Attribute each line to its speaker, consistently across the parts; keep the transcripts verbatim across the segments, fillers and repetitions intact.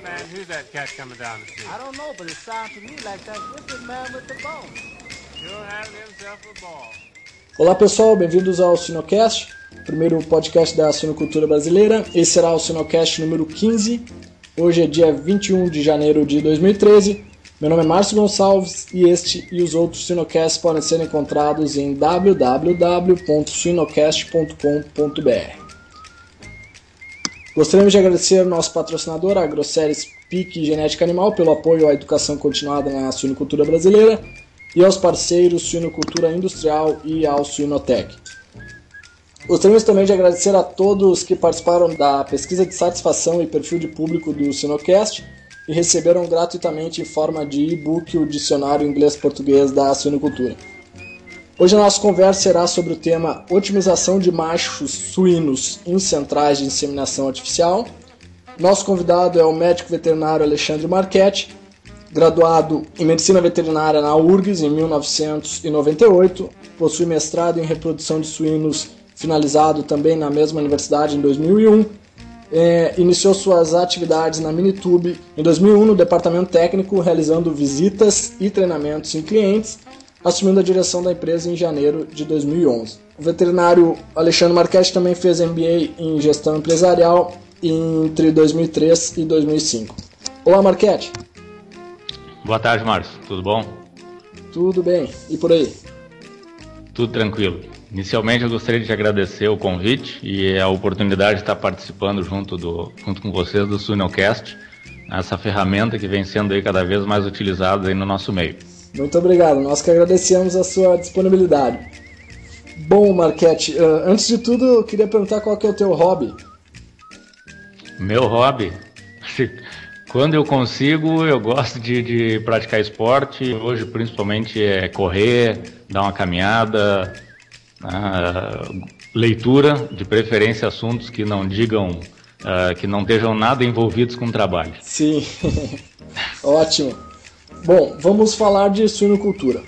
Speaker 1: man, who's that cat coming down the street?
Speaker 2: I don't know, but it sounds to me like that wicked man with the bone.
Speaker 1: Sure having himself a ball.
Speaker 3: Olá pessoal, bem-vindos ao Sinocast, primeiro podcast da suinocultura brasileira. Esse será o Sinocast número quinze. Hoje é dia vinte e um de janeiro de dois mil e treze. Meu nome é Márcio Gonçalves e este e os outros Sinocasts podem ser encontrados em w w w ponto suinocast ponto com ponto b r. Gostaríamos de agradecer ao nosso patrocinador, a Agroceres Pique Genética Animal, pelo apoio à educação continuada na suinocultura brasileira, e aos parceiros Suinocultura Industrial e ao Suinotec. Gostaríamos também de agradecer a todos que participaram da pesquisa de satisfação e perfil de público do Sinocast e receberam gratuitamente em forma de e-book o dicionário inglês-português da suinocultura. Hoje a nossa conversa será sobre o tema otimização de machos suínos em centrais de inseminação artificial. Nosso convidado é o médico veterinário Alexandre Marchetti, graduado em Medicina Veterinária na U R G S em mil novecentos e noventa e oito, possui mestrado em Reprodução de Suínos, finalizado também na mesma universidade em dois mil e um, é, iniciou suas atividades na Minitube em dois mil e um no departamento técnico, realizando visitas e treinamentos em clientes, assumindo a direção da empresa em janeiro de dois mil e onze. O veterinário Alexandre Marchetti também fez M B A em Gestão Empresarial entre dois mil e três e dois mil e cinco. Olá, Marchetti.
Speaker 4: Boa tarde, Márcio. Tudo bom?
Speaker 3: Tudo bem. E por aí?
Speaker 4: Tudo tranquilo. Inicialmente, eu gostaria de agradecer o convite e a oportunidade de estar participando junto, do, junto com vocês do Suinocast, essa ferramenta que vem sendo aí cada vez mais utilizada aí no nosso meio.
Speaker 3: Muito obrigado. Nós que agradecemos a sua disponibilidade. Bom, Marchetti, antes de tudo, eu queria perguntar qual que é o teu hobby.
Speaker 4: Meu hobby? Quando eu consigo, eu gosto de, de praticar esporte. Hoje, principalmente, é correr, dar uma caminhada, uh, leitura, de preferência assuntos que não digam, uh, que não estejam nada envolvidos com trabalho.
Speaker 3: Sim, ótimo. Bom, vamos falar de suinocultura.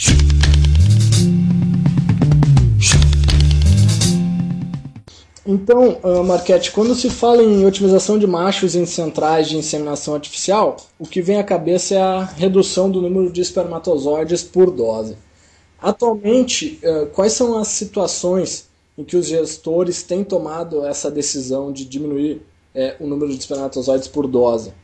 Speaker 3: Então, uh, Marchetti, quando se fala em otimização de machos em centrais de inseminação artificial, o que vem à cabeça é a redução do número de espermatozoides por dose. Atualmente, uh, quais são as situações em que os gestores têm tomado essa decisão de diminuir uh, o número de espermatozoides por dose?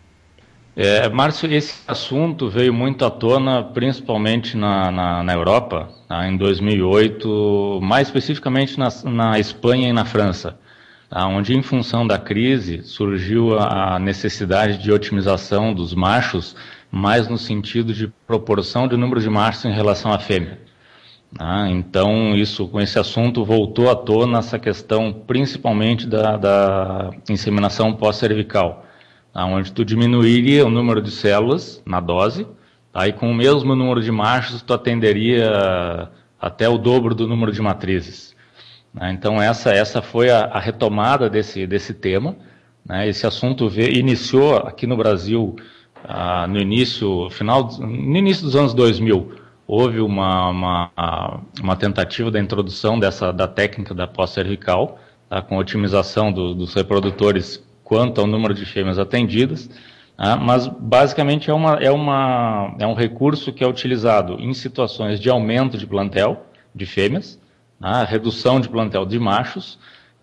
Speaker 4: É, Márcio, esse assunto veio muito à tona, principalmente na, na, na Europa, tá, em dois mil e oito, mais especificamente na, na Espanha e na França, tá, onde, em função da crise, surgiu a necessidade de otimização dos machos, mais no sentido de proporção de número de machos em relação à fêmea. Tá, então, isso, com esse assunto, voltou à tona essa questão, principalmente da, da inseminação pós-cervical, onde tu diminuiria o número de células na dose, tá? E com o mesmo número de machos tu atenderia até o dobro do número de matrizes. Né? Então essa, essa foi a, a retomada desse, desse tema. Né? Esse assunto veio, iniciou aqui no Brasil ah, no, início, final, no início dos anos dois mil. Houve uma, uma, uma tentativa da introdução dessa, da técnica da pós-cervical, tá? Com otimização do, dos reprodutores quanto ao número de fêmeas atendidas, ah, mas basicamente é, uma, é, uma, é um recurso que é utilizado em situações de aumento de plantel de fêmeas, ah, redução de plantel de machos,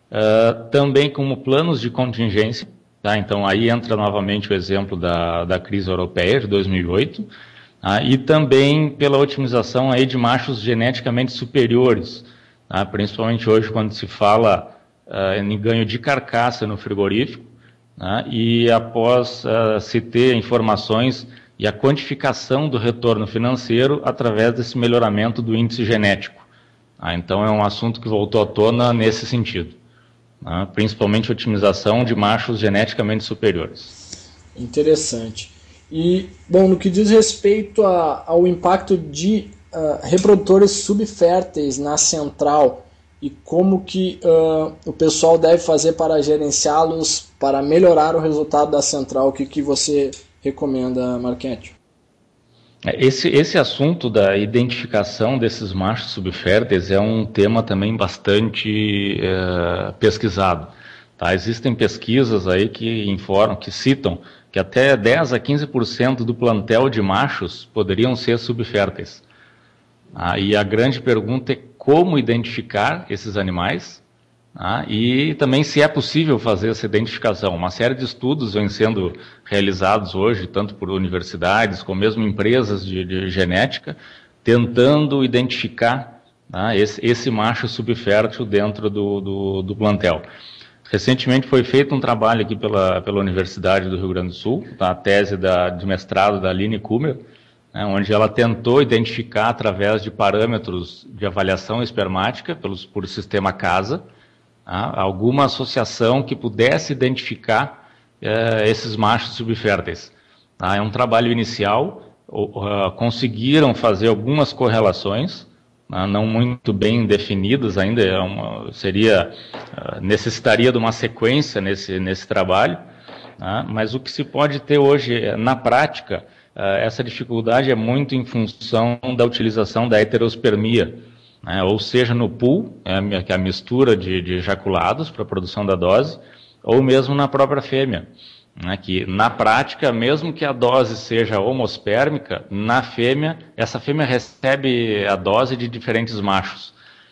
Speaker 4: ah, também como planos de contingência, tá? Então aí entra novamente o exemplo da, da crise europeia de dois mil e oito, ah, e também pela otimização aí de machos geneticamente superiores, tá? Principalmente hoje quando se fala ah, em ganho de carcaça no frigorífico, né, e após uh, se ter informações e a quantificação do retorno financeiro através desse melhoramento do índice genético. Ah, então é um assunto que voltou à tona nesse sentido, né, principalmente otimização de machos geneticamente superiores.
Speaker 3: Interessante. E, bom, no que diz respeito a, ao impacto de uh, reprodutores subférteis na central, e como que uh, o pessoal deve fazer para gerenciá-los, para melhorar o resultado da central, o que, que você recomenda, Marchetti?
Speaker 4: Esse, esse assunto da identificação desses machos subférteis é um tema também bastante uh, pesquisado. Tá? Existem pesquisas aí que informam, que citam que até dez a quinze por cento do plantel de machos poderiam ser subférteis. Ah, e a grande pergunta é como identificar esses animais, ah, e também se é possível fazer essa identificação. Uma série de estudos vem sendo realizados hoje, tanto por universidades como mesmo empresas de, de genética, tentando identificar ah, esse, esse macho subfértil dentro do, do, do plantel. Recentemente foi feito um trabalho aqui pela, pela Universidade do Rio Grande do Sul, tá, a tese da, de mestrado da Aline Kummer, né, onde ela tentou identificar, através de parâmetros de avaliação espermática, pelos, por sistema CASA, tá, alguma associação que pudesse identificar eh, esses machos subférteis. Tá, é um trabalho inicial, uh, conseguiram fazer algumas correlações, não muito bem definidas ainda, é uma, seria, necessitaria de uma sequência nesse, nesse trabalho, né? Mas o que se pode ter hoje, na prática, essa dificuldade é muito em função da utilização da heterospermia, né? Ou seja, no pool, que é a mistura de, de ejaculados para a produção da dose, ou mesmo na própria fêmea. Né, que na prática, mesmo que a dose seja homospérmica, na fêmea, essa fêmea recebe a dose de diferentes machos.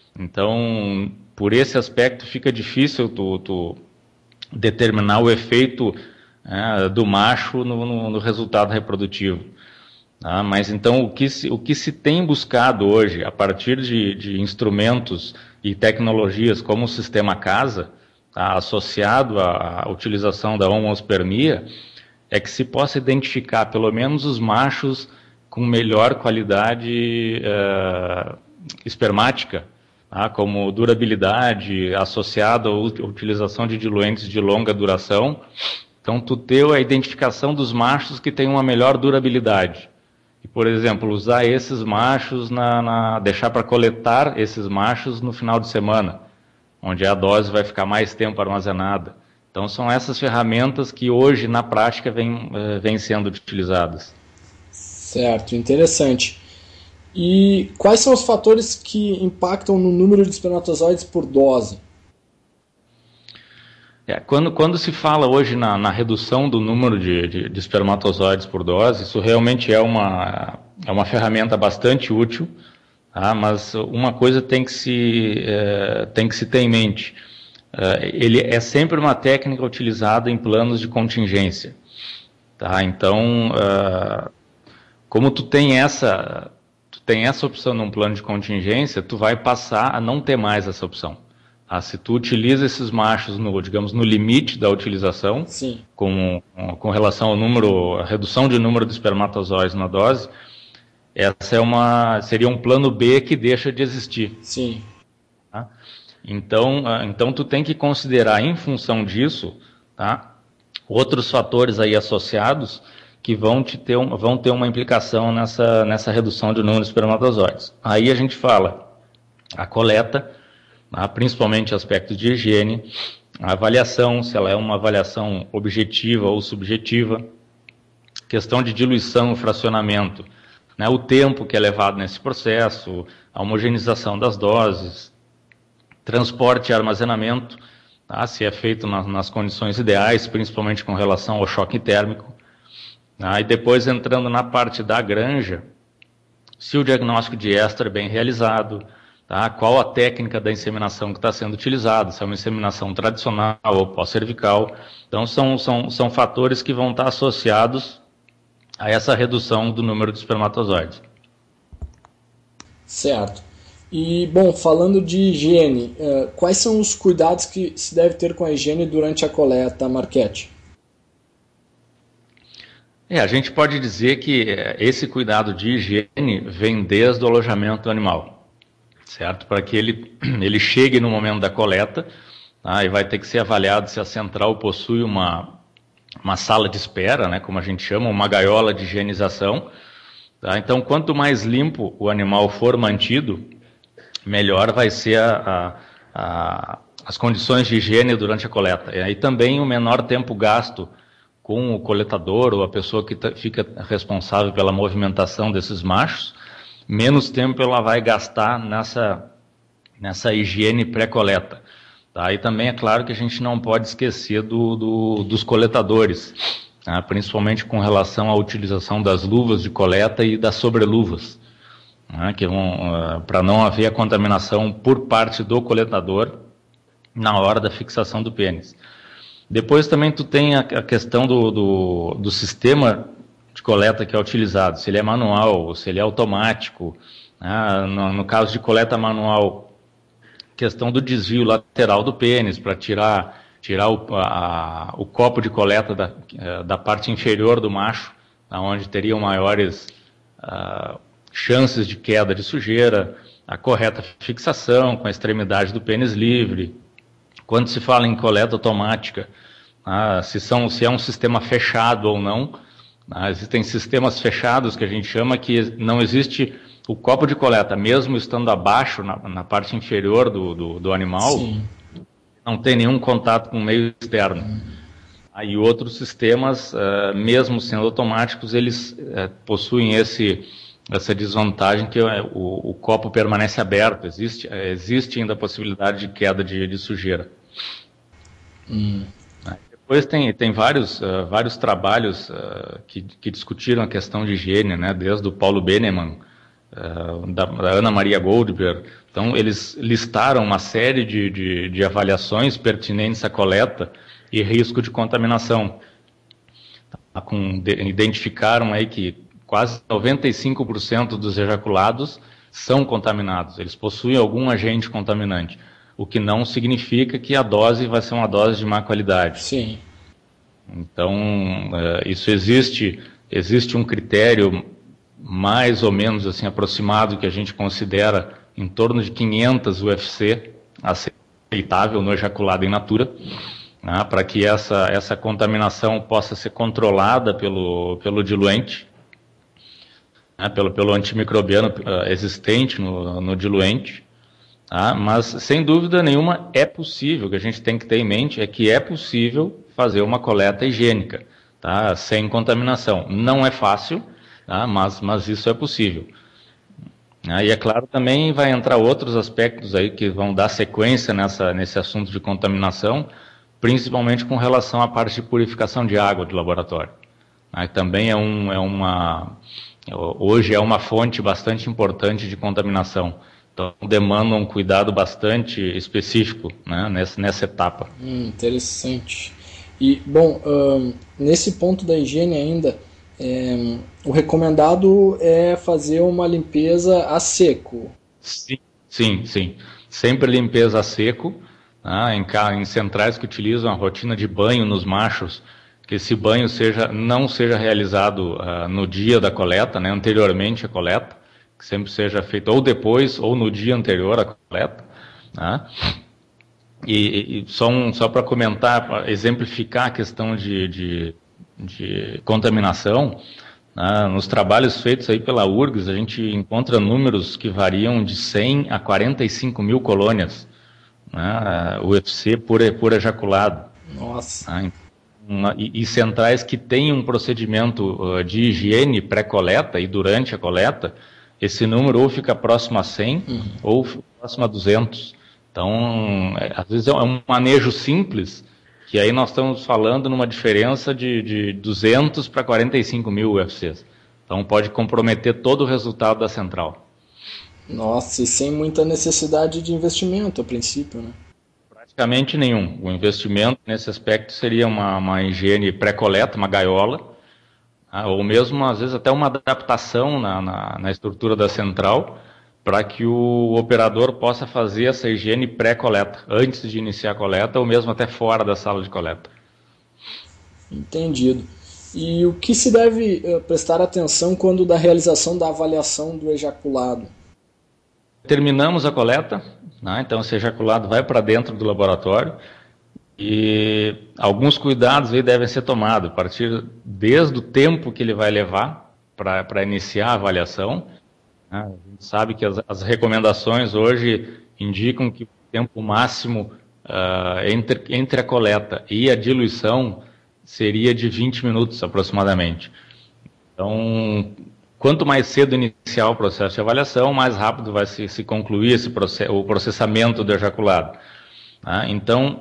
Speaker 4: Então, por esse aspecto, fica difícil tu, tu determinar o efeito é, do macho no, no, no resultado reprodutivo. Tá? Mas então, o que, se, o que se tem buscado hoje, a partir de, de instrumentos e tecnologias como o sistema CASA, tá, associado à utilização da homoospermia, é que se possa identificar pelo menos os machos com melhor qualidade uh, espermática, tá, como durabilidade associada à utilização de diluentes de longa duração. Então, tu ter a identificação dos machos que têm uma melhor durabilidade. E, por exemplo, usar esses machos, na, na, deixar para coletar esses machos no final de semana, onde a dose vai ficar mais tempo armazenada. Então, são essas ferramentas que hoje, na prática, vêm vem sendo utilizadas.
Speaker 3: Certo, interessante. E quais são os fatores que impactam no número de espermatozoides por dose?
Speaker 4: É, quando, quando se fala hoje na, na redução do número de, de, de espermatozoides por dose, isso realmente é uma, é uma ferramenta bastante útil. Ah, mas uma coisa tem que se, é, tem que se ter em mente. É, ele é sempre uma técnica utilizada em planos de contingência. Tá? Então, é, como tu tem, essa, tu tem essa opção num plano de contingência, tu vai passar a não ter mais essa opção. Tá? Se tu utiliza esses machos, no, digamos, no limite da utilização,
Speaker 3: Sim.
Speaker 4: Com, com relação ao número, a redução de número de espermatozoides na dose, essa é uma, seria um plano B que deixa de existir.
Speaker 3: Sim.
Speaker 4: Tá? Então, então, tu tem que considerar, em função disso, tá, outros fatores aí associados que vão, te ter, um, vão ter uma implicação nessa, nessa redução de número de espermatozoides. Aí a gente fala a coleta, tá, principalmente aspectos de higiene, a avaliação, se ela é uma avaliação objetiva ou subjetiva, questão de diluição e fracionamento, né, o tempo que é levado nesse processo, a homogeneização das doses, transporte e armazenamento, tá, se é feito na, nas condições ideais, principalmente com relação ao choque térmico. Tá, e depois, entrando na parte da granja, se o diagnóstico de éster é bem realizado, tá, qual a técnica da inseminação que está sendo utilizada, se é uma inseminação tradicional ou pós-cervical. Então, são, são, são fatores que vão estar associados a essa redução do número de espermatozoides.
Speaker 3: Certo. E, bom, falando de higiene, uh, quais são os cuidados que se deve ter com a higiene durante a coleta, Marchetti?
Speaker 4: É, a gente pode dizer que esse cuidado de higiene vem desde o alojamento do animal, certo? Para que ele, ele chegue no momento da coleta, tá, e vai ter que ser avaliado se a central possui uma uma sala de espera, né, como a gente chama, uma gaiola de higienização. Tá? Então, quanto mais limpo o animal for mantido, melhor vai ser a, a, a, as condições de higiene durante a coleta. E aí também o menor tempo gasto com o coletador ou a pessoa que fica responsável pela movimentação desses machos, menos tempo ela vai gastar nessa, nessa higiene pré-coleta. Tá? E também é claro que a gente não pode esquecer do, do, dos coletadores. tá? Principalmente com relação à utilização das luvas de coleta e das sobreluvas, tá? Que vão uh, para não haver a contaminação por parte do coletador na hora da fixação do pênis. Depois também tu tem a, a questão do, do, do sistema de coleta que é utilizado, se ele é manual, se ele é automático. Ah, no, no caso de coleta manual, questão do desvio lateral do pênis para tirar, tirar o, a, o copo de coleta da, da parte inferior do macho, onde teriam maiores uh, chances de queda de sujeira, a correta fixação com a extremidade do pênis livre. Quando se fala em coleta automática, ah, se, são, se é um sistema fechado ou não, ah, existem sistemas fechados que a gente chama que não existe o copo de coleta, mesmo estando abaixo, na, na parte inferior do, do, do animal, sim, não tem nenhum contato com o meio externo. Hum. Ah, e outros sistemas, ah, mesmo sendo automáticos, eles ah, possuem esse, essa desvantagem que ah, o, o copo permanece aberto, existe, ah, existe ainda a possibilidade de queda de, de sujeira. Hum. Ah, depois tem, tem vários, uh, vários trabalhos uh, que, que discutiram a questão de higiene, né, desde o Paulo Benemann, uh, da, da Ana Maria Goldberg. Então, eles listaram uma série de, de, de avaliações pertinentes à coleta e risco de contaminação. Tá, com, de, identificaram aí que quase noventa e cinco por cento dos ejaculados são contaminados, eles possuem algum agente contaminante. O que não significa que a dose vai ser uma dose de má qualidade.
Speaker 3: Sim.
Speaker 4: Então, uh, isso existe, existe um critério mais ou menos assim aproximado que a gente considera em torno de quinhentos U F C aceitável no ejaculado in natura, né, para que essa, essa contaminação possa ser controlada pelo, pelo diluente, né, pelo, pelo antimicrobiano uh, existente no, no diluente. Ah, mas, sem dúvida nenhuma, é possível. O que a gente tem que ter em mente é que é possível fazer uma coleta higiênica, tá, sem contaminação. Não é fácil, tá, mas, mas isso é possível. Ah, e, é claro, também vai entrar outros aspectos aí que vão dar sequência nessa, nesse assunto de contaminação, principalmente com relação à parte de purificação de água do laboratório. Ah, também é, um, é uma... Hoje é uma fonte bastante importante de contaminação. Então, demanda um cuidado bastante específico, né, nessa, nessa etapa.
Speaker 3: Hum, interessante. E, bom, uh, nesse ponto da higiene ainda, é, o recomendado é fazer uma limpeza a seco.
Speaker 4: Sim, sim, sim. Sempre limpeza a seco, né, em, em centrais que utilizam a rotina de banho nos machos, que esse banho seja, não seja realizado uh, no dia da coleta, né, anteriormente à coleta, que sempre seja feito ou depois ou no dia anterior à coleta, né? E, e só, um, só para comentar, para exemplificar a questão de, de, de contaminação, né? Nos trabalhos feitos aí pela U R G S, a gente encontra números que variam de cem a quarenta e cinco mil colônias, né? U F C por, por ejaculado.
Speaker 3: Nossa!
Speaker 4: Né? Uma, e, e centrais que têm um procedimento uh, de higiene pré-coleta e durante a coleta, esse número ou fica próximo a cem, uhum, ou próximo a duzentos. Então, é, às vezes é um manejo simples, que aí nós estamos falando numa diferença de, de duzentos para quarenta e cinco mil U F Cs. Então, pode comprometer todo o resultado da central.
Speaker 3: Nossa, e sem muita necessidade de investimento, a princípio, né?
Speaker 4: Praticamente nenhum. O investimento nesse aspecto seria uma, uma higiene pré-coleta, uma gaiola, ou mesmo, às vezes, até uma adaptação na, na, na estrutura da central, para que o operador possa fazer essa higiene pré-coleta, antes de iniciar a coleta, ou mesmo até fora da sala de coleta.
Speaker 3: Entendido. E o que se deve uh, prestar atenção quando da realização da avaliação do ejaculado?
Speaker 4: Terminamos a coleta, né? Então esse ejaculado vai para dentro do laboratório, e alguns cuidados aí devem ser tomados, a partir desde o tempo que ele vai levar para iniciar a avaliação. Né? A gente sabe que as, as recomendações hoje indicam que o tempo máximo uh, entre, entre a coleta e a diluição seria de vinte minutos aproximadamente. Então, quanto mais cedo iniciar o processo de avaliação, mais rápido vai se, se concluir esse process, o processamento do ejaculado. Né? Então,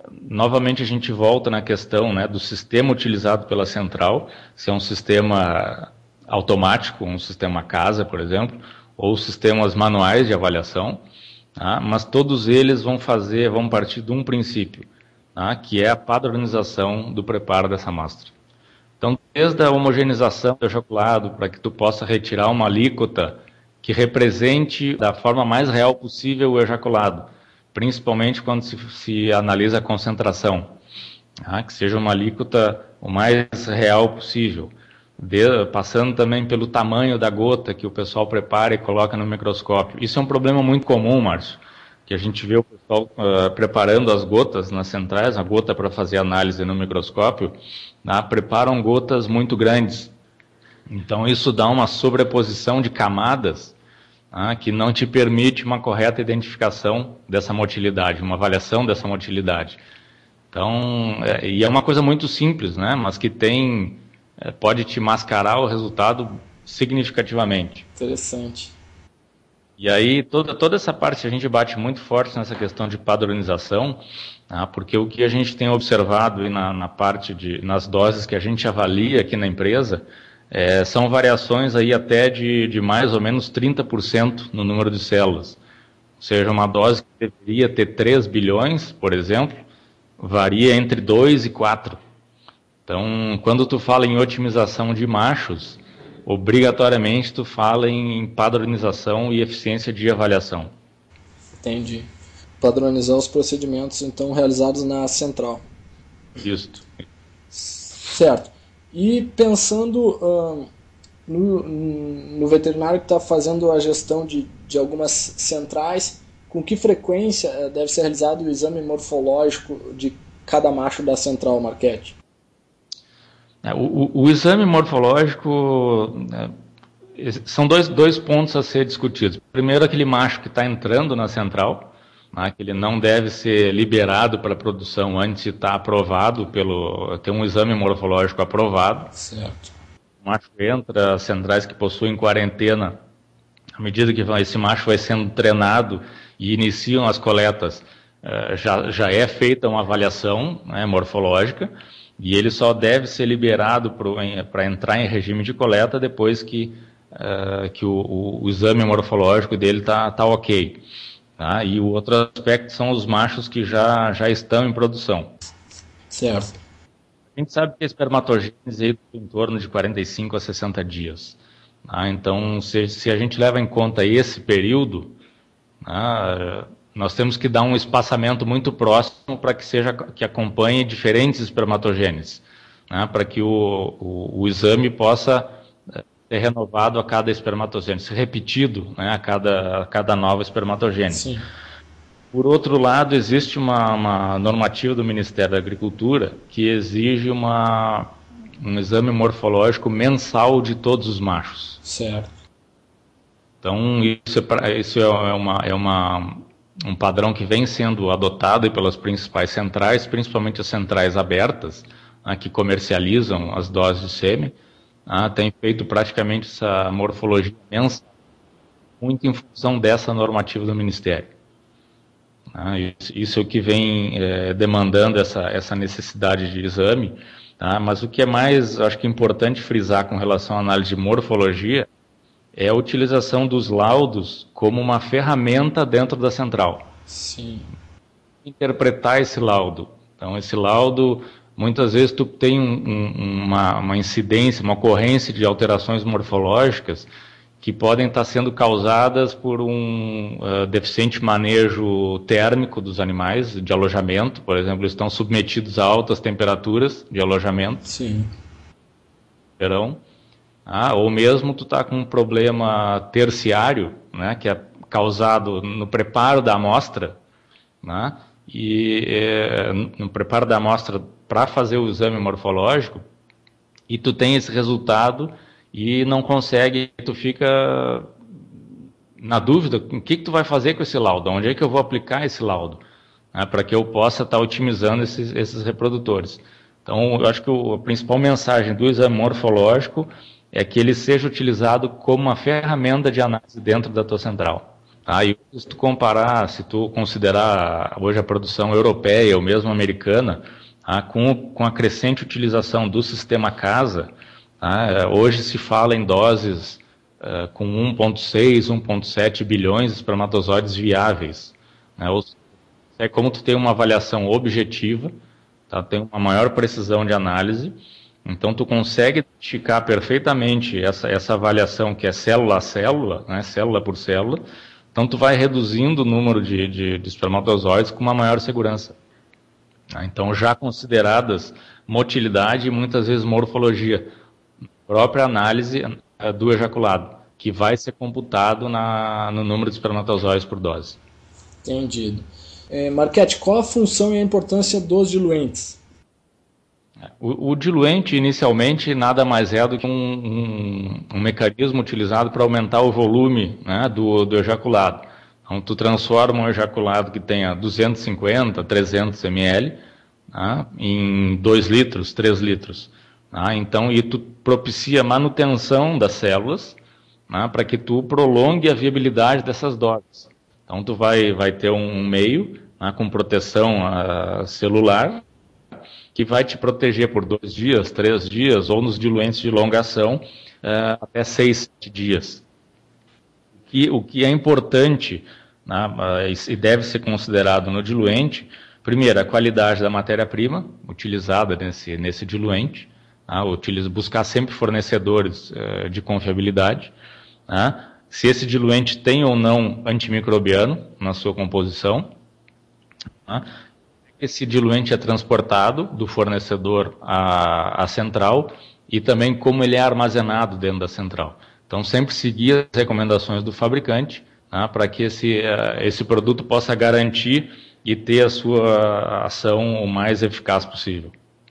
Speaker 4: novamente a gente volta na questão, né, do sistema utilizado pela central, se é um sistema automático, um sistema casa, por exemplo, ou sistemas manuais de avaliação, tá? Mas todos eles vão fazer, vão partir de um princípio, tá? Que é a padronização do preparo dessa amostra. Então, desde a homogeneização do ejaculado, para que tu possa retirar uma alíquota que represente da forma mais real possível o ejaculado, principalmente quando se, se analisa a concentração, tá? Que seja uma alíquota o mais real possível. De, passando também pelo tamanho da gota que o pessoal prepara e coloca no microscópio. Isso é um problema muito comum, Márcio, que a gente vê o pessoal uh, preparando as gotas nas centrais, a gota para fazer análise no microscópio, né, preparam gotas muito grandes. Então isso dá uma sobreposição de camadas, né, que não te permite uma correta identificação dessa motilidade, uma avaliação dessa motilidade. Então, é, e é uma coisa muito simples, né, mas que tem... pode te mascarar o resultado significativamente.
Speaker 3: Interessante.
Speaker 4: E aí, toda, toda essa parte, a gente bate muito forte nessa questão de padronização, tá? Porque o que a gente tem observado aí na, na parte de, nas doses que a gente avalia aqui na empresa, é, são variações aí até de, de mais ou menos trinta por cento no número de células. Ou seja, uma dose que deveria ter três bilhões, por exemplo, varia entre dois e quatro. Então, quando tu fala em otimização de machos, obrigatoriamente tu fala em padronização e eficiência de avaliação.
Speaker 3: Entendi. Padronizar os procedimentos, então, realizados na central.
Speaker 4: Isso.
Speaker 3: Certo. E pensando uh, no, no veterinário que está fazendo a gestão de, de algumas centrais, com que frequência deve ser realizado o exame morfológico de cada macho da central, Marchetti?
Speaker 4: O, o, o exame morfológico, né, são dois, dois pontos a ser discutidos. Primeiro, aquele macho que está entrando na central, né, que ele não deve ser liberado para produção antes de estar aprovado, pelo, ter um exame morfológico aprovado.
Speaker 3: Certo.
Speaker 4: O macho entra, as centrais que possuem quarentena, à medida que esse macho vai sendo treinado e iniciam as coletas, já, já é feita uma avaliação, né, morfológica, e ele só deve ser liberado para entrar em regime de coleta depois que, uh, que o, o, o exame morfológico dele está tá ok. Tá? E o outro aspecto são os machos que já, já estão em produção.
Speaker 3: Certo.
Speaker 4: A gente sabe que a espermatogênese é em torno de quarenta e cinco a sessenta dias. Tá? Então, se, se a gente leva em conta esse período, tá, nós temos que dar um espaçamento muito próximo para que seja que acompanhe diferentes espermatogêneses, né, para que o, o, o exame possa ser renovado a cada espermatogênese, repetido, né, a, cada, a cada nova espermatogênese. Sim. Por outro lado, existe uma, uma normativa do Ministério da Agricultura que exige uma, um exame morfológico mensal de todos os machos.
Speaker 3: Certo.
Speaker 4: Então, isso é, isso é uma... É uma um padrão que vem sendo adotado pelas principais centrais, principalmente as centrais abertas, né, que comercializam as doses de sêmen, né, tem feito praticamente essa morfologia mensal, muito em função dessa normativa do Ministério. Né, isso, isso é o que vem é, demandando essa, essa necessidade de exame, tá, mas o que é mais, acho que importante frisar com relação à análise de morfologia é a utilização dos laudos como uma ferramenta dentro da central.
Speaker 3: Sim.
Speaker 4: Interpretar esse laudo. Então, esse laudo, muitas vezes tu tem um, um, uma, uma incidência, uma ocorrência de alterações morfológicas que podem estar sendo causadas por um uh, deficiente manejo térmico dos animais, de alojamento, por exemplo, eles estão submetidos a altas temperaturas de alojamento.
Speaker 3: Sim.
Speaker 4: Verão. Ah, ou mesmo tu está com um problema terciário, né, que é causado no preparo da amostra, né, e é, no preparo da amostra para fazer o exame morfológico, e tu tem esse resultado e não consegue, tu fica na dúvida, o que, que tu vai fazer com esse laudo, onde é que eu vou aplicar esse laudo, né, para que eu possa estar tá otimizando esses, esses reprodutores. Então, eu acho que o, a principal mensagem do exame morfológico é que ele seja utilizado como uma ferramenta de análise dentro da tua central. Tá? E se tu comparar, se tu considerar hoje a produção europeia ou mesmo americana, tá? com, com a crescente utilização do sistema casa, tá? Hoje se fala em doses uh, com um vírgula seis, um vírgula sete bilhões de espermatozoides viáveis. Né? Ou seja, é como tu tem uma avaliação objetiva, tá? Tem uma maior precisão de análise, então tu consegue identificar perfeitamente essa, essa avaliação que é célula a célula, né? Célula por célula. Então, tu vai reduzindo o número de, de, de espermatozoides com uma maior segurança. Então, já consideradas motilidade e muitas vezes morfologia, própria análise do ejaculado, que vai ser computado na, no número de espermatozoides por dose.
Speaker 3: Entendido. É, Marquete, qual a função e a importância dos diluentes?
Speaker 4: O, o diluente, inicialmente, nada mais é do que um, um, um mecanismo utilizado para aumentar o volume, né, do, do ejaculado. Então, tu transforma um ejaculado que tenha duzentos e cinquenta, trezentos mililitros, né, em dois litros, três litros. Né, então, e tu propicia manutenção das células, né, para que tu prolongue a viabilidade dessas doses. Então, tu vai, vai ter um meio, né, com proteção uh, celular, que vai te proteger por dois dias, três dias, ou nos diluentes de longa ação, uh, até seis dias. E, o que é importante, né, uh, e deve ser considerado no diluente, primeiro, a qualidade da matéria-prima utilizada nesse, nesse diluente, uh, utiliza, buscar sempre fornecedores uh, de confiabilidade, uh, se esse diluente tem ou não antimicrobiano na sua composição, uh, esse diluente é transportado do fornecedor à, à central e também como ele é armazenado dentro da central. Então, sempre seguir as recomendações do fabricante, né, para que esse, uh, esse produto possa garantir e ter a sua ação o mais eficaz possível.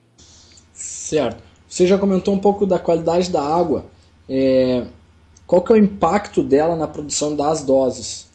Speaker 3: Certo. Você já comentou um pouco da qualidade da água. É, qual que é o impacto dela na produção das doses?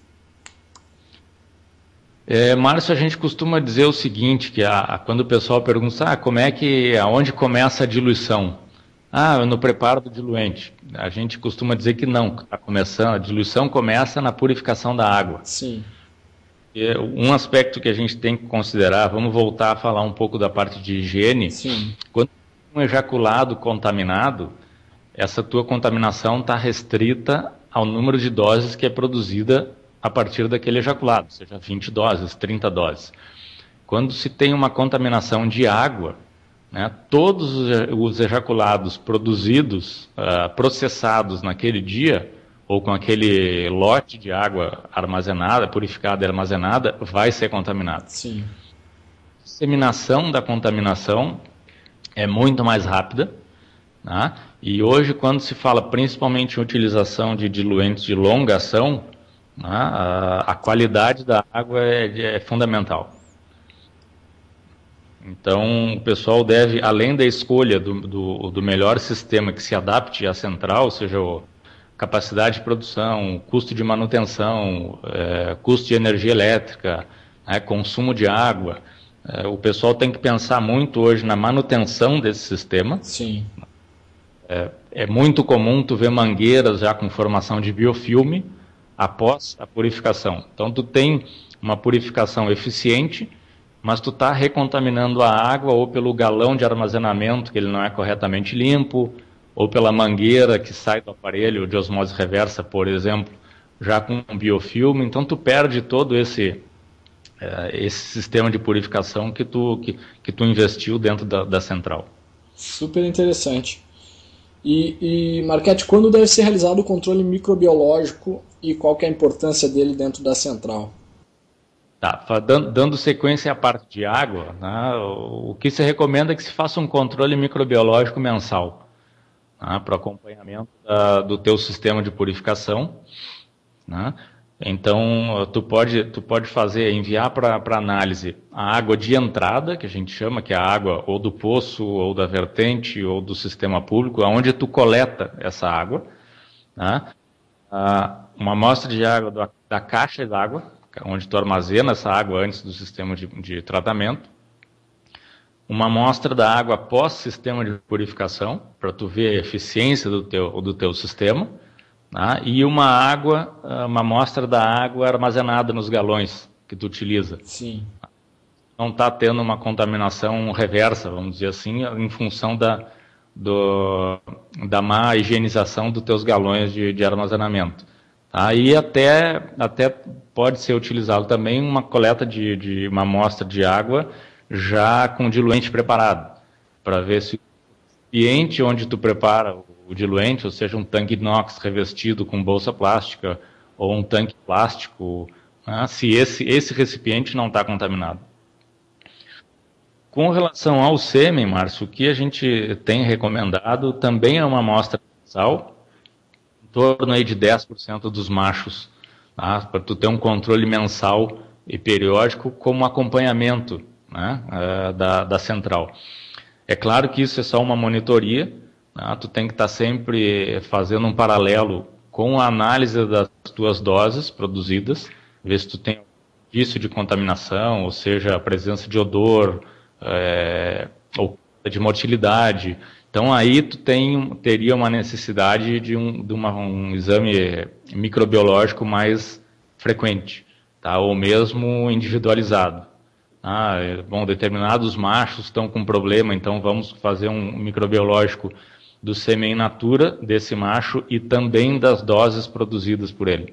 Speaker 4: É, Márcio, a gente costuma dizer o seguinte, que a, a, quando o pessoal pergunta, ah, como é que, aonde começa a diluição? Ah, no preparo do diluente. A gente costuma dizer que não, está começando, a diluição começa na purificação da água.
Speaker 3: Sim.
Speaker 4: E um aspecto que a gente tem que considerar, vamos voltar a falar um pouco da parte de higiene.
Speaker 3: Sim.
Speaker 4: Quando um ejaculado contaminado, essa tua contaminação está restrita ao número de doses que é produzida a partir daquele ejaculado, seja vinte doses, trinta doses. Quando se tem uma contaminação de água, né, todos os ejaculados produzidos, uh, processados naquele dia, ou com aquele lote de água armazenada, purificada e armazenada, vai ser contaminado.
Speaker 3: Sim.
Speaker 4: A disseminação da contaminação é muito mais rápida, né, e hoje, quando se fala principalmente em utilização de diluentes de longa ação, A, a qualidade da água é, é fundamental. Então, o pessoal deve, além da escolha do, do, do melhor sistema que se adapte à central, ou seja, a capacidade de produção, custo de manutenção, é, custo de energia elétrica, né, consumo de água, é, o pessoal tem que pensar muito hoje na manutenção desse sistema.
Speaker 3: Sim.
Speaker 4: É, é muito comum tu ver mangueiras já com formação de biofilme após a purificação. Então, tu tem uma purificação eficiente, mas tu está recontaminando a água ou pelo galão de armazenamento, que ele não é corretamente limpo, ou pela mangueira que sai do aparelho de osmose reversa, por exemplo, já com um biofilme. Então, tu perde todo esse, uh, esse sistema de purificação que tu, que, que tu investiu dentro da, da central.
Speaker 3: Super interessante. E, e, Marquete, quando deve ser realizado o controle microbiológico e qual que é a importância dele dentro da central?
Speaker 4: Tá, dando, dando sequência à parte de água, né, o, o que se recomenda é que se faça um controle microbiológico mensal, né, para acompanhamento da, do teu sistema de purificação, né. Então, tu pode, tu pode fazer, enviar para análise a água de entrada, que a gente chama, que é a água ou do poço, ou da vertente, ou do sistema público, onde tu coleta essa água, né? Ah, uma amostra de água da, da caixa d'água, onde tu armazena essa água antes do sistema de, de tratamento, uma amostra da água após sistema de purificação, para tu ver a eficiência do teu, do teu sistema, tá? E uma água, uma amostra da água armazenada nos galões que tu utiliza.
Speaker 3: Sim.
Speaker 4: Não está tendo uma contaminação reversa, vamos dizer assim, em função da, do, da má higienização dos teus galões de, de armazenamento. Aí até, até pode ser utilizado também uma coleta de, de uma amostra de água já com diluente preparado, para ver se o recipiente onde tu prepara o diluente, ou seja, um tanque inox revestido com bolsa plástica ou um tanque plástico, né, se esse, esse recipiente não está contaminado. Com relação ao sêmen, Márcio, o que a gente tem recomendado também é uma amostra mensal, em torno aí de dez por cento dos machos, tá? Para tu ter um controle mensal e periódico como acompanhamento, né, uh, da, da central. É claro que isso é só uma monitoria, né? Tu tem que estar sempre fazendo um paralelo com a análise das tuas doses produzidas, ver se tu tem indício de contaminação, ou seja, a presença de odor, É, ou de motilidade. Então aí tu tem, teria uma necessidade de um, de uma, um exame microbiológico mais frequente, tá? Ou mesmo individualizado. Ah, bom, determinados machos estão com problema, então vamos fazer um microbiológico do sêmen in natura desse macho e também das doses produzidas por ele.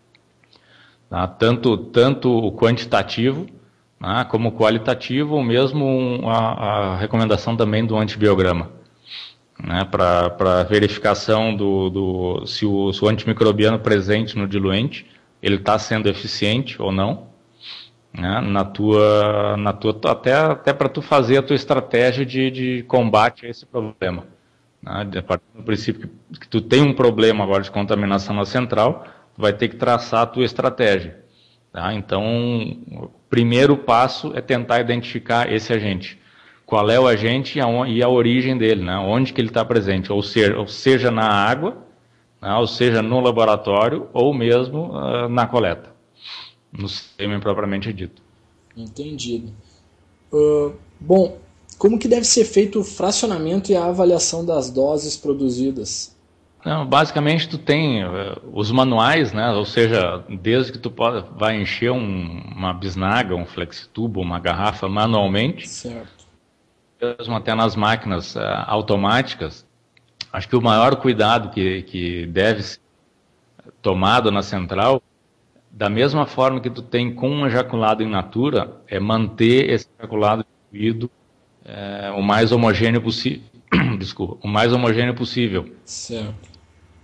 Speaker 4: Tá? Tanto, tanto o quantitativo, ah, como qualitativo, ou mesmo um, a, a recomendação também do antibiograma, né, para verificação do, do se, o, se o antimicrobiano presente no diluente ele está sendo eficiente ou não, né, na tua, na tua, até, até para tu fazer a tua estratégia de, de combate a esse problema. Né, a partir do princípio que, que tu tem um problema agora de contaminação na central, tu vai ter que traçar a tua estratégia. Tá? Então, o primeiro passo é tentar identificar esse agente. Qual é o agente e a, e a origem dele, né? Onde que ele está presente, ou seja, ou seja na água, né? Ou seja no laboratório, ou mesmo uh, na coleta, no sêmen propriamente dito.
Speaker 3: Entendido. Uh, bom, como que deve ser feito o fracionamento e a avaliação das doses produzidas?
Speaker 4: Não, basicamente tu tem uh, os manuais, né? Ou seja, desde que tu pode, vai encher um, uma bisnaga, um flexitubo, uma garrafa manualmente,
Speaker 3: certo,
Speaker 4: mesmo até nas máquinas uh, automáticas, acho que o maior cuidado que, que deve ser tomado na central, da mesma forma que tu tem com um ejaculado in natura, é manter esse ejaculado diluído uh, o mais homogêneo possível. Desculpa, o mais homogêneo possível.
Speaker 3: Certo.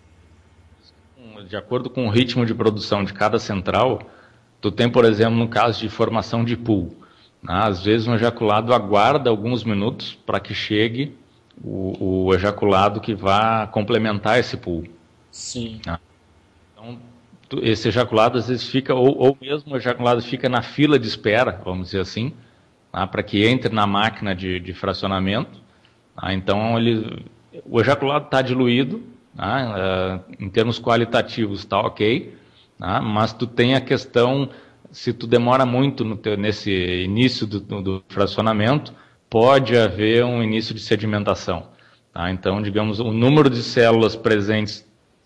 Speaker 4: De acordo com o ritmo de produção de cada central, tu tem, por exemplo, no caso de formação de pool, né? Às vezes um ejaculado aguarda alguns minutos para que chegue o, o ejaculado que vai complementar esse pool.
Speaker 3: Sim.
Speaker 4: Né? Então, tu, esse ejaculado às vezes fica, ou, ou mesmo o ejaculado fica na fila de espera, vamos dizer assim, né? Para que entre na máquina de, de fracionamento. Né? Então, ele, o ejaculado está diluído, ah, uh, em termos qualitativos está ok, ah, mas tu tem a questão, se tu demora muito no teu, nesse início do, do fracionamento, pode haver um início de sedimentação. Tá? Então, digamos, o número de células presentes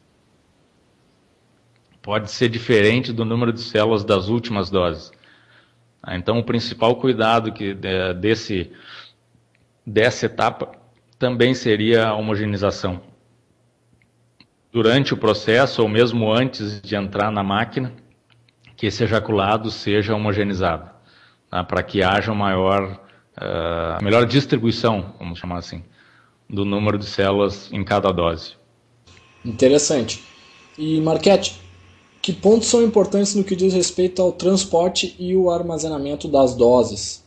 Speaker 4: pode ser diferente do número de células das últimas doses. Ah, então, o principal cuidado que, de, desse, dessa etapa também seria a homogeneização. Durante o processo, ou mesmo antes de entrar na máquina, que esse ejaculado seja homogeneizado, tá? Para que haja maior, uh, melhor distribuição, vamos chamar assim, do número de células em cada dose.
Speaker 3: Interessante. E, Marchetti, que pontos são importantes no que diz respeito ao transporte e o armazenamento das doses?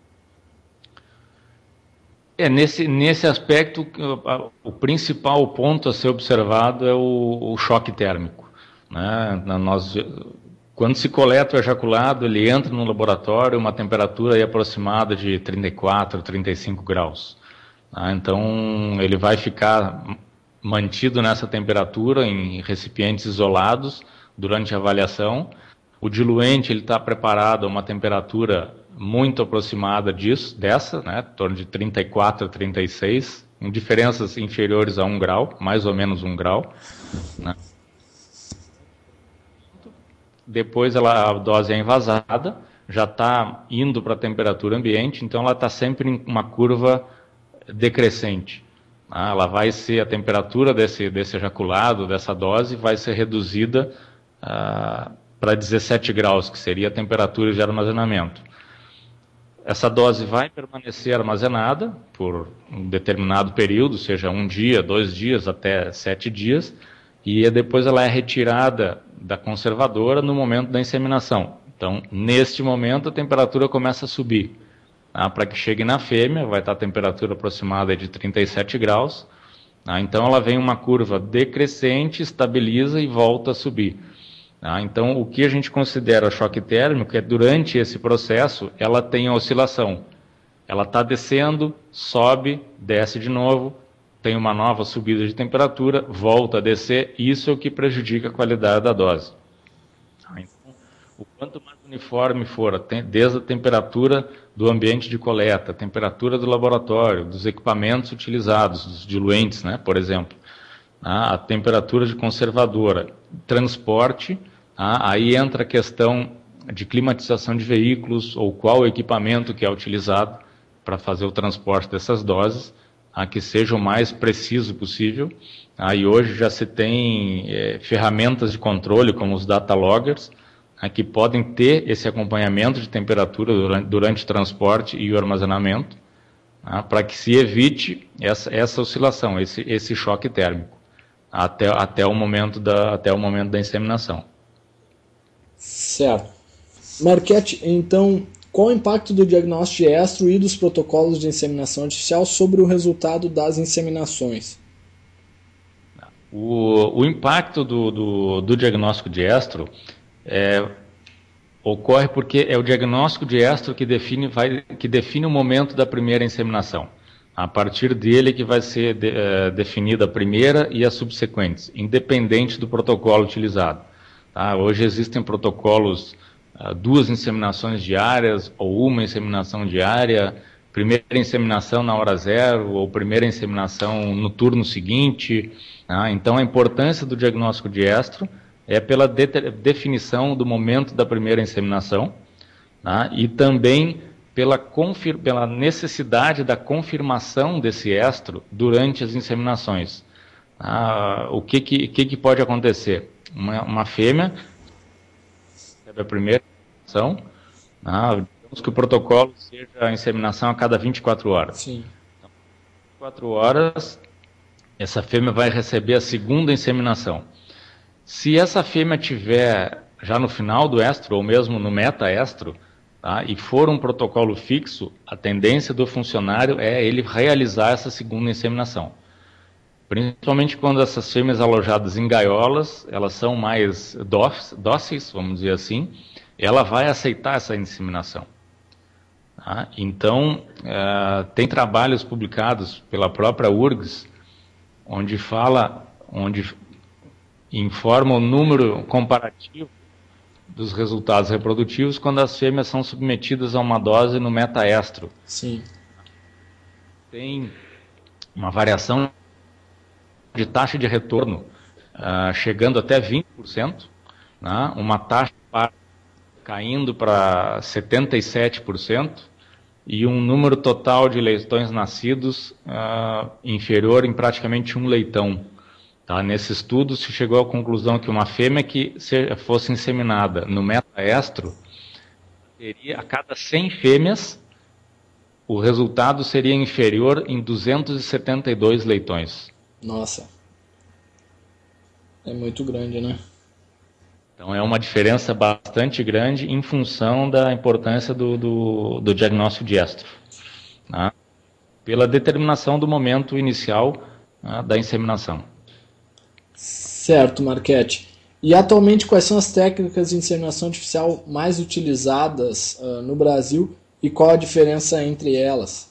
Speaker 4: É, nesse, nesse aspecto, o principal ponto a ser observado é o, o choque térmico. Né? Nós, quando se coleta o ejaculado, ele entra no laboratório, uma temperatura aí aproximada de trinta e quatro, trinta e cinco graus. Né? Então, ele vai ficar mantido nessa temperatura em recipientes isolados durante a avaliação. O diluente está preparado a uma temperatura muito aproximada disso, dessa, né, em torno de trinta e quatro a trinta e seis, em diferenças inferiores a um grau, mais ou menos um grau. Né? depois ela, a dose é envasada, já está indo para a temperatura ambiente, então ela está sempre em uma curva decrescente. Ah, ela vai ser, a temperatura desse, desse ejaculado, dessa dose, vai ser reduzida ah, para dezessete graus, que seria a temperatura de armazenamento. Essa dose vai permanecer armazenada por um determinado período, seja um dia, dois dias, até sete dias, e depois ela é retirada da conservadora no momento da inseminação. Então, neste momento, a temperatura começa a subir. Ah, para que chegue na fêmea, vai estar a temperatura aproximada de trinta e sete graus. Ah, então, ela vem uma curva decrescente, estabiliza e volta a subir. Ah, então, o que a gente considera choque térmico é, durante esse processo, ela tem a oscilação. Ela está descendo, sobe, desce de novo, tem uma nova subida de temperatura, volta a descer, isso é o que prejudica a qualidade da dose. Ah, então, o quanto mais uniforme for, desde a temperatura do ambiente de coleta, a temperatura do laboratório, dos equipamentos utilizados, dos diluentes, né, por exemplo, ah, a temperatura de conservadora, transporte, ah, aí entra a questão de climatização de veículos ou qual equipamento que é utilizado para fazer o transporte dessas doses, a que seja o mais preciso possível. Ah, e hoje já se tem é, ferramentas de controle, como os data loggers, ah, que podem ter esse acompanhamento de temperatura durante, durante o transporte e o armazenamento, ah, para que se evite essa, essa oscilação, esse, esse choque térmico, até, até, o momento da, até o momento da inseminação.
Speaker 3: Certo. Marchetti, então, qual o impacto do diagnóstico de estro e dos protocolos de inseminação artificial sobre o resultado das inseminações?
Speaker 4: O, o impacto do, do, do diagnóstico de estro é, ocorre porque é o diagnóstico de estro que define, vai, que define o momento da primeira inseminação. A partir dele que vai ser de, é, definida a primeira e as subsequentes, independente do protocolo utilizado. Tá? Hoje existem protocolos, duas inseminações diárias ou uma inseminação diária, primeira inseminação na hora zero ou primeira inseminação no turno seguinte. Tá? Então a importância do diagnóstico de estro é pela de definição do momento da primeira inseminação, tá? E também pela, pela necessidade da confirmação desse estro durante as inseminações. Tá? O que, que, que, que pode acontecer? Uma, uma fêmea recebe a primeira inseminação, ah, digamos que o protocolo seja a inseminação a cada vinte e quatro horas.
Speaker 3: Sim.
Speaker 4: Então, vinte e quatro horas, essa fêmea vai receber a segunda inseminação. Se essa fêmea tiver já no final do estro, ou mesmo no meta-estro, tá, e for um protocolo fixo, a tendência do funcionário é ele realizar essa segunda inseminação. Principalmente quando essas fêmeas alojadas em gaiolas, elas são mais dóceis, vamos dizer assim, ela vai aceitar essa inseminação. Tá? Então, uh, tem trabalhos publicados pela própria U R G S, onde fala, onde informa o número comparativo dos resultados reprodutivos quando as fêmeas são submetidas a uma dose no metaestro.
Speaker 3: Sim.
Speaker 4: Tem uma variação de taxa de retorno uh, chegando até vinte por cento, né? Uma taxa caindo para setenta e sete por cento e um número total de leitões nascidos uh, inferior em praticamente um leitão. Tá? Nesse estudo se chegou à conclusão que uma fêmea que se, fosse inseminada no metaestro, teria, a cada cem fêmeas, o resultado seria inferior em duzentos e setenta e dois leitões.
Speaker 3: Nossa, é muito grande, né?
Speaker 4: Então é uma diferença bastante grande em função da importância do, do, do diagnóstico de estro, né? Pela determinação do momento inicial, né, da inseminação.
Speaker 3: Certo, Marchetti. E atualmente quais são as técnicas de inseminação artificial mais utilizadas uh, no Brasil e qual a diferença entre elas?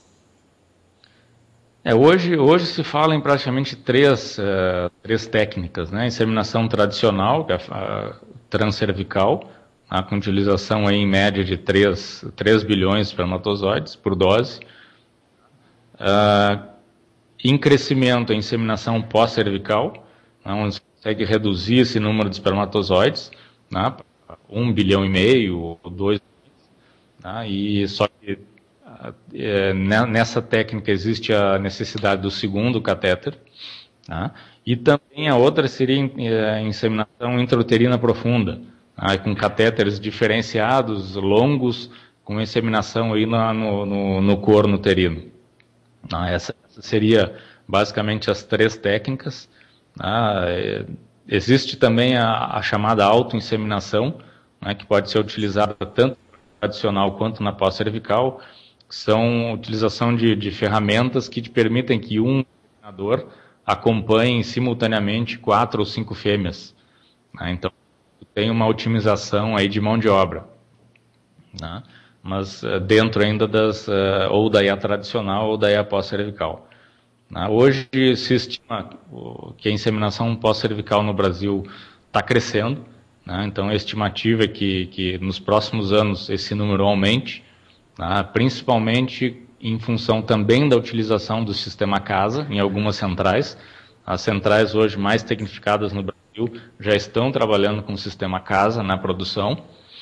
Speaker 4: É, hoje, hoje se fala em praticamente três, uh, três técnicas, né? Inseminação tradicional, que é a transcervical, a, com utilização aí, em média de três bilhões de espermatozoides por dose. Uh, em crescimento, a inseminação pós-cervical, né, onde se consegue reduzir esse número de espermatozoides, né, um bilhão e meio ou dois, tá? E só que é, nessa técnica existe a necessidade do segundo catéter, tá? E também a outra seria a inseminação intrauterina profunda, tá? Com catéteres diferenciados, longos, com inseminação aí na, no, no, no corno uterino. Tá? Essa, essa seria basicamente as três técnicas. Tá? É, existe também a, a chamada autoinseminação, né, que pode ser utilizada tanto tradicional quanto na pós-cervical, que são utilização de, de ferramentas que te permitem que um inseminador acompanhe simultaneamente quatro ou cinco fêmeas. Né? Então, tem uma otimização aí de mão de obra. Né? Mas uh, dentro ainda das, uh, ou da I A tradicional ou da I A pós-cervical. Né? Hoje se estima uh, que a inseminação pós-cervical no Brasil está crescendo, né? Então a estimativa é que, que nos próximos anos esse número aumente, né? Principalmente em função também da utilização do sistema casa em algumas centrais. As centrais hoje mais tecnificadas no Brasil já estão trabalhando com o sistema casa na produção.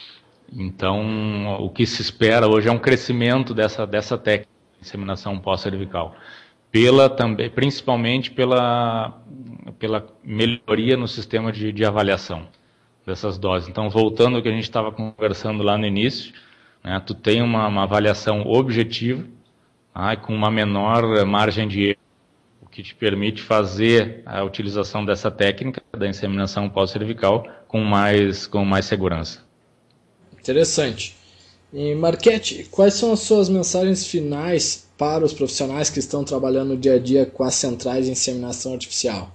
Speaker 4: Então, o que se espera hoje é um crescimento dessa, dessa técnica de inseminação pós-cervical, pela, também, principalmente pela, pela melhoria no sistema de, de avaliação dessas doses. Então, voltando ao que a gente estava conversando lá no início, né, tu tem uma, uma avaliação objetiva, tá, com uma menor margem de erro, o que te permite fazer a utilização dessa técnica da inseminação pós-cervical com mais, com mais segurança.
Speaker 3: Interessante. E Marchetti, quais são as suas mensagens finais para os profissionais que estão trabalhando no dia a dia com as centrais de inseminação artificial?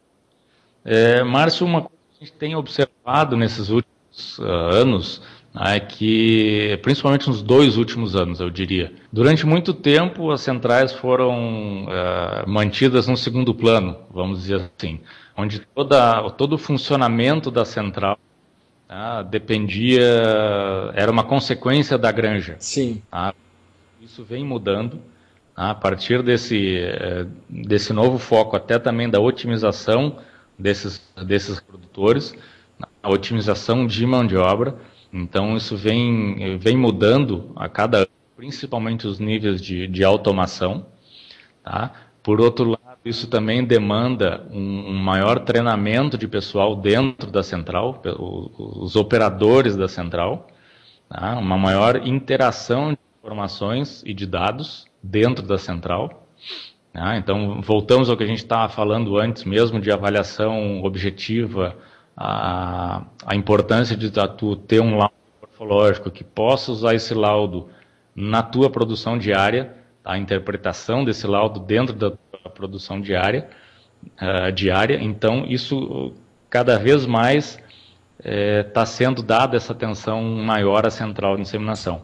Speaker 4: É, Márcio, uma coisa que a gente tem observado nesses últimos uh, anos é que, principalmente nos dois últimos anos, eu diria, durante muito tempo as centrais foram uh, mantidas no segundo plano, vamos dizer assim, onde toda, todo o funcionamento da central ah, dependia, era uma consequência da granja.
Speaker 3: Sim.
Speaker 4: Ah, isso vem mudando, ah, a partir desse, eh, desse novo foco, até também da otimização desses, desses produtores, a otimização de mão de obra. Então isso vem, vem mudando a cada ano, principalmente os níveis de, de automação. Tá? Por outro lado, isso também demanda um, um maior treinamento de pessoal dentro da central, os operadores da central, tá? Uma maior interação de informações e de dados dentro da central. Tá? Então, voltamos ao que a gente estava falando antes mesmo, de avaliação objetiva, a, a importância de tu ter um laudo morfológico que possa usar esse laudo na tua produção diária, a interpretação desse laudo dentro da produção diária, uh, diária. Então, isso cada vez mais está eh, sendo dada essa atenção maior à central de inseminação.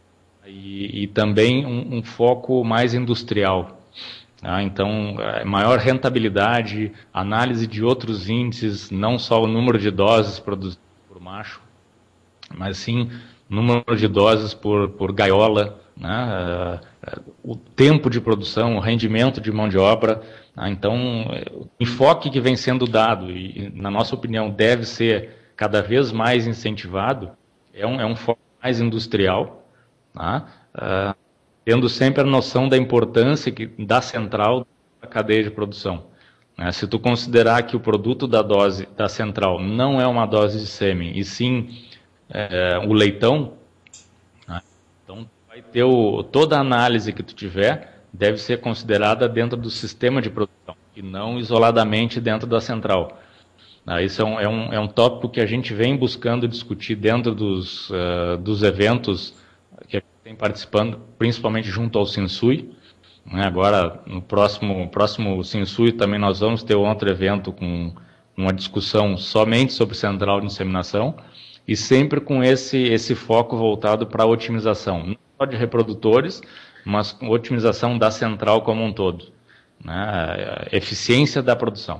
Speaker 4: E, e também um, um foco mais industrial. Tá? Então, maior rentabilidade, análise de outros índices, não só o número de doses produzidas por macho, mas sim número de doses por, por gaiola, né? O tempo de produção, o rendimento de mão de obra. Né? Então, o enfoque que vem sendo dado, e na nossa opinião deve ser cada vez mais incentivado, é um, é um foco mais industrial, tá? uh, tendo sempre a noção da importância que, da central da cadeia de produção. Né? Se tu considerar que o produto da dose da central não é uma dose de sêmen, e sim é, o leitão, né? Então vai ter o, toda a análise que tu tiver deve ser considerada dentro do sistema de produção e não isoladamente dentro da central. Ah, isso é um, é, um, é um tópico que a gente vem buscando discutir dentro dos, uh, dos eventos que a gente tem participando, principalmente junto ao Sinsui. Né? Agora, no próximo, próximo Sinsui, também nós vamos ter outro evento com uma discussão somente sobre central de inseminação, e sempre com esse, esse foco voltado para a otimização, não só de reprodutores, mas com otimização da central como um todo, né? A eficiência da produção.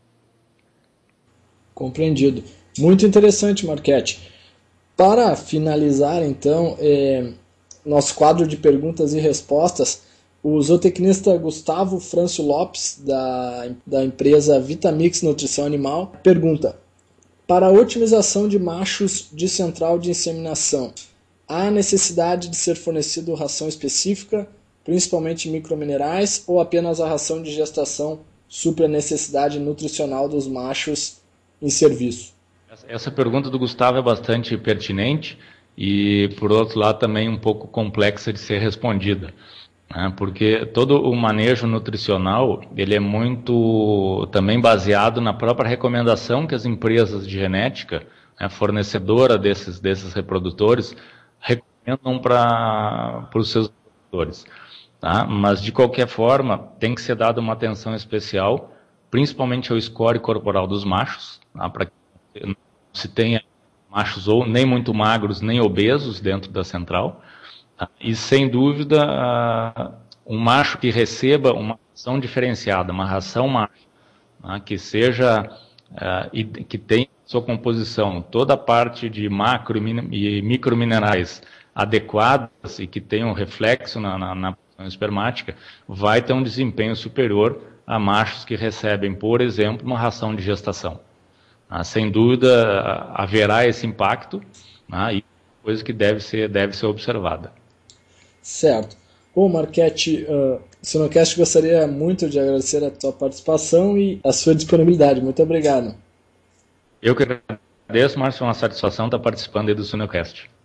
Speaker 3: Compreendido. Muito interessante, Marchetti. Para finalizar, então, é, nosso quadro de perguntas e respostas, o zootecnista Gustavo Frâncio Lopes, da, da empresa Vitamix Nutrição Animal, pergunta: Para a otimização de machos de central de inseminação, há necessidade de ser fornecido ração específica, principalmente microminerais, ou apenas a ração de gestação supre a necessidade nutricional dos machos em serviço?
Speaker 4: Essa pergunta do Gustavo é bastante pertinente e, por outro lado, também um pouco complexa de ser respondida, né? Porque todo o manejo nutricional ele é muito também baseado na própria recomendação que as empresas de genética, né, fornecedora desses, desses reprodutores, recomendam para os seus reprodutores. Tá? Mas, de qualquer forma, tem que ser dada uma atenção especial, principalmente ao score corporal dos machos, tá? Para que não se tenha machos ou nem muito magros, nem obesos dentro da central. Tá? E, sem dúvida, uh, um macho que receba uma ração diferenciada, uma ração macho, tá? Que seja, uh, e que tenha sua composição, toda a parte de macro e microminerais adequadas e que tenham reflexo na, na, na espermática, vai ter um desempenho superior a machos que recebem, por exemplo, uma ração de gestação. Ah, sem dúvida, haverá esse impacto, ah, e coisa que deve ser, deve ser observada.
Speaker 3: Certo. Bom, Marchetti, uh, Sinocast gostaria muito de agradecer a sua participação e a sua disponibilidade. Muito obrigado.
Speaker 4: Eu que agradeço, Márcio, é uma satisfação estar participando aí do Sinocast.